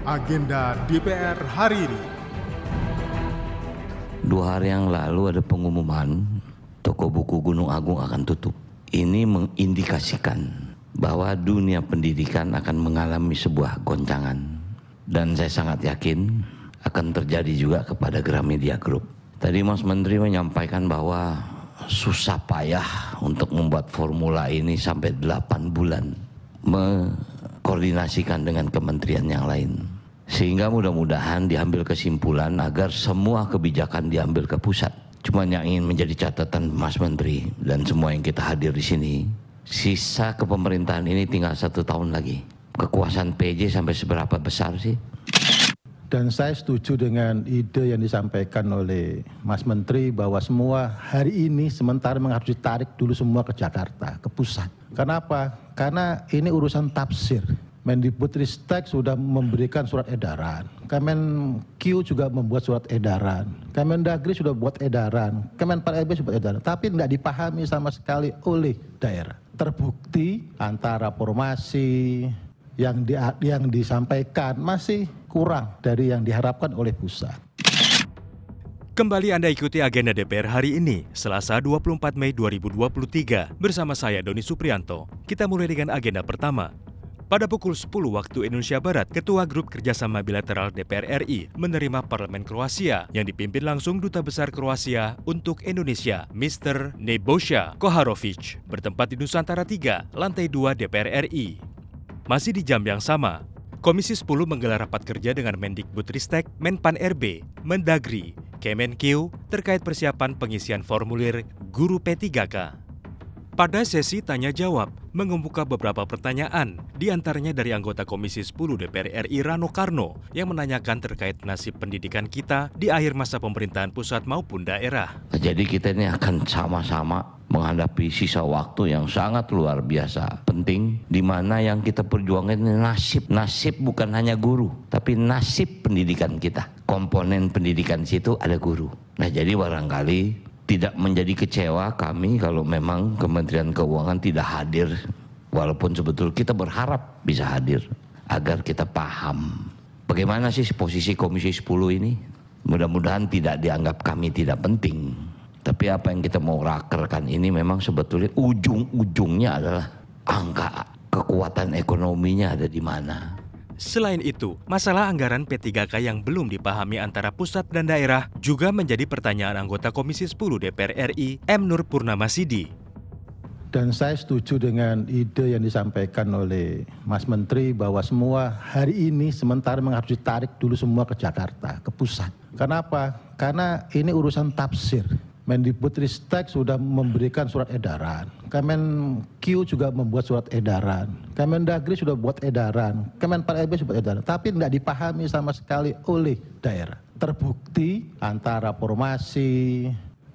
Agenda DPR hari ini. 2 hari yang lalu ada pengumuman toko buku Gunung Agung akan tutup. Ini mengindikasikan bahwa dunia pendidikan akan mengalami sebuah goncangan. Dan saya sangat yakin akan terjadi juga kepada Gramedia Group. Tadi Mas Menteri menyampaikan bahwa susah payah untuk membuat formula ini sampai 8 bulan. Mengkoordinasikan dengan kementerian yang lain. Sehingga mudah-mudahan diambil kesimpulan agar semua kebijakan diambil ke pusat. Cuma yang ingin menjadi catatan Mas Menteri dan semua yang kita hadir di sini, sisa kepemerintahan ini tinggal 1 tahun lagi. Kekuasaan PJ sampai seberapa besar sih? Dan saya setuju dengan ide yang disampaikan oleh Mas Menteri bahwa semua hari ini sementara harus ditarik dulu semua ke Jakarta, ke pusat. Kenapa? Karena ini urusan tafsir. Mendikbudristek sudah memberikan surat edaran, Kemenkeu juga membuat surat edaran, Kemendagri sudah buat edaran, Kemenpan-RB sudah buat edaran, tapi tidak dipahami sama sekali oleh daerah. Terbukti antara formasi yang disampaikan masih kurang dari yang diharapkan oleh pusat. Kembali Anda ikuti agenda DPR hari ini, Selasa 24 Mei 2023, bersama saya Doni Suprianto. Kita mulai dengan agenda pertama. Pada pukul 10 waktu Indonesia Barat, Ketua Grup Kerjasama Bilateral DPR RI menerima Parlemen Kroasia yang dipimpin langsung Duta Besar Kroasia untuk Indonesia, Mr. Nebojša Koharović, bertempat di Nusantara 3, lantai 2 DPR RI. Masih di jam yang sama, Komisi 10 menggelar rapat kerja dengan Mendikbudristek, Menpan-RB, Mendagri, Kemenkeu terkait persiapan pengisian formulir guru P3K. Pada sesi tanya-jawab, mengemuka beberapa pertanyaan, di antaranya dari anggota Komisi 10 DPR RI Rano Karno yang menanyakan terkait nasib pendidikan kita di akhir masa pemerintahan pusat maupun daerah. Jadi kita ini akan sama-sama menghadapi sisa waktu yang sangat luar biasa penting, di mana yang kita perjuangkan ini nasib bukan hanya guru, tapi nasib pendidikan kita. Komponen pendidikan situ ada guru. Nah, jadi barangkali tidak menjadi kecewa kami kalau memang Kementerian Keuangan tidak hadir, walaupun sebetulnya kita berharap bisa hadir agar kita paham bagaimana sih posisi Komisi 10 ini. Mudah-mudahan tidak dianggap kami tidak penting, tapi apa yang kita mau rakerkan ini memang sebetulnya ujung-ujungnya adalah angka kekuatan ekonominya ada di mana. Selain itu, masalah anggaran P3K yang belum dipahami antara pusat dan daerah juga menjadi pertanyaan anggota Komisi 10 DPR RI, M. Nur Purnamasidi. Dan saya setuju dengan ide yang disampaikan oleh Mas Menteri bahwa semua hari ini sementara harus ditarik dulu semua ke Jakarta, ke pusat. Kenapa? Karena ini urusan tafsir. Mendikbudristek sudah memberikan surat edaran, Kemenkeu juga membuat surat edaran, Kemendagri sudah buat edaran, Kemenpan-RB sudah buat edaran, tapi tidak dipahami sama sekali oleh daerah. Terbukti antara formasi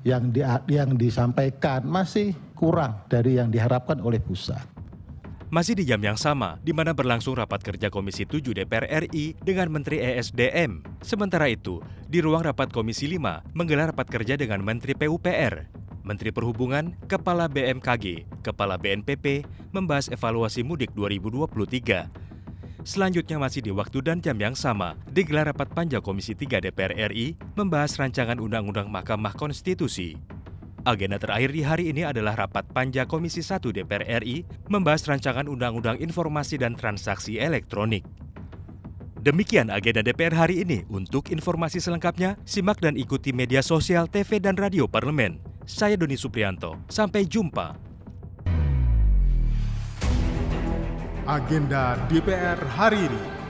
yang disampaikan masih kurang dari yang diharapkan oleh pusat. Masih di jam yang sama, di mana berlangsung rapat kerja Komisi 7 DPR RI dengan Menteri ESDM. Sementara itu, di ruang rapat Komisi 5 menggelar rapat kerja dengan Menteri PUPR, Menteri Perhubungan, Kepala BMKG, Kepala BNPB, membahas evaluasi mudik 2023. Selanjutnya masih di waktu dan jam yang sama, digelar rapat panja Komisi 3 DPR RI membahas rancangan Undang-Undang Mahkamah Konstitusi. Agenda terakhir di hari ini adalah rapat panja Komisi 1 DPR RI membahas rancangan Undang-Undang Informasi dan Transaksi Elektronik. Demikian agenda DPR hari ini. Untuk informasi selengkapnya, simak dan ikuti media sosial, TV, dan radio Parlemen. Saya Doni Suprianto. Sampai jumpa. Agenda DPR hari ini.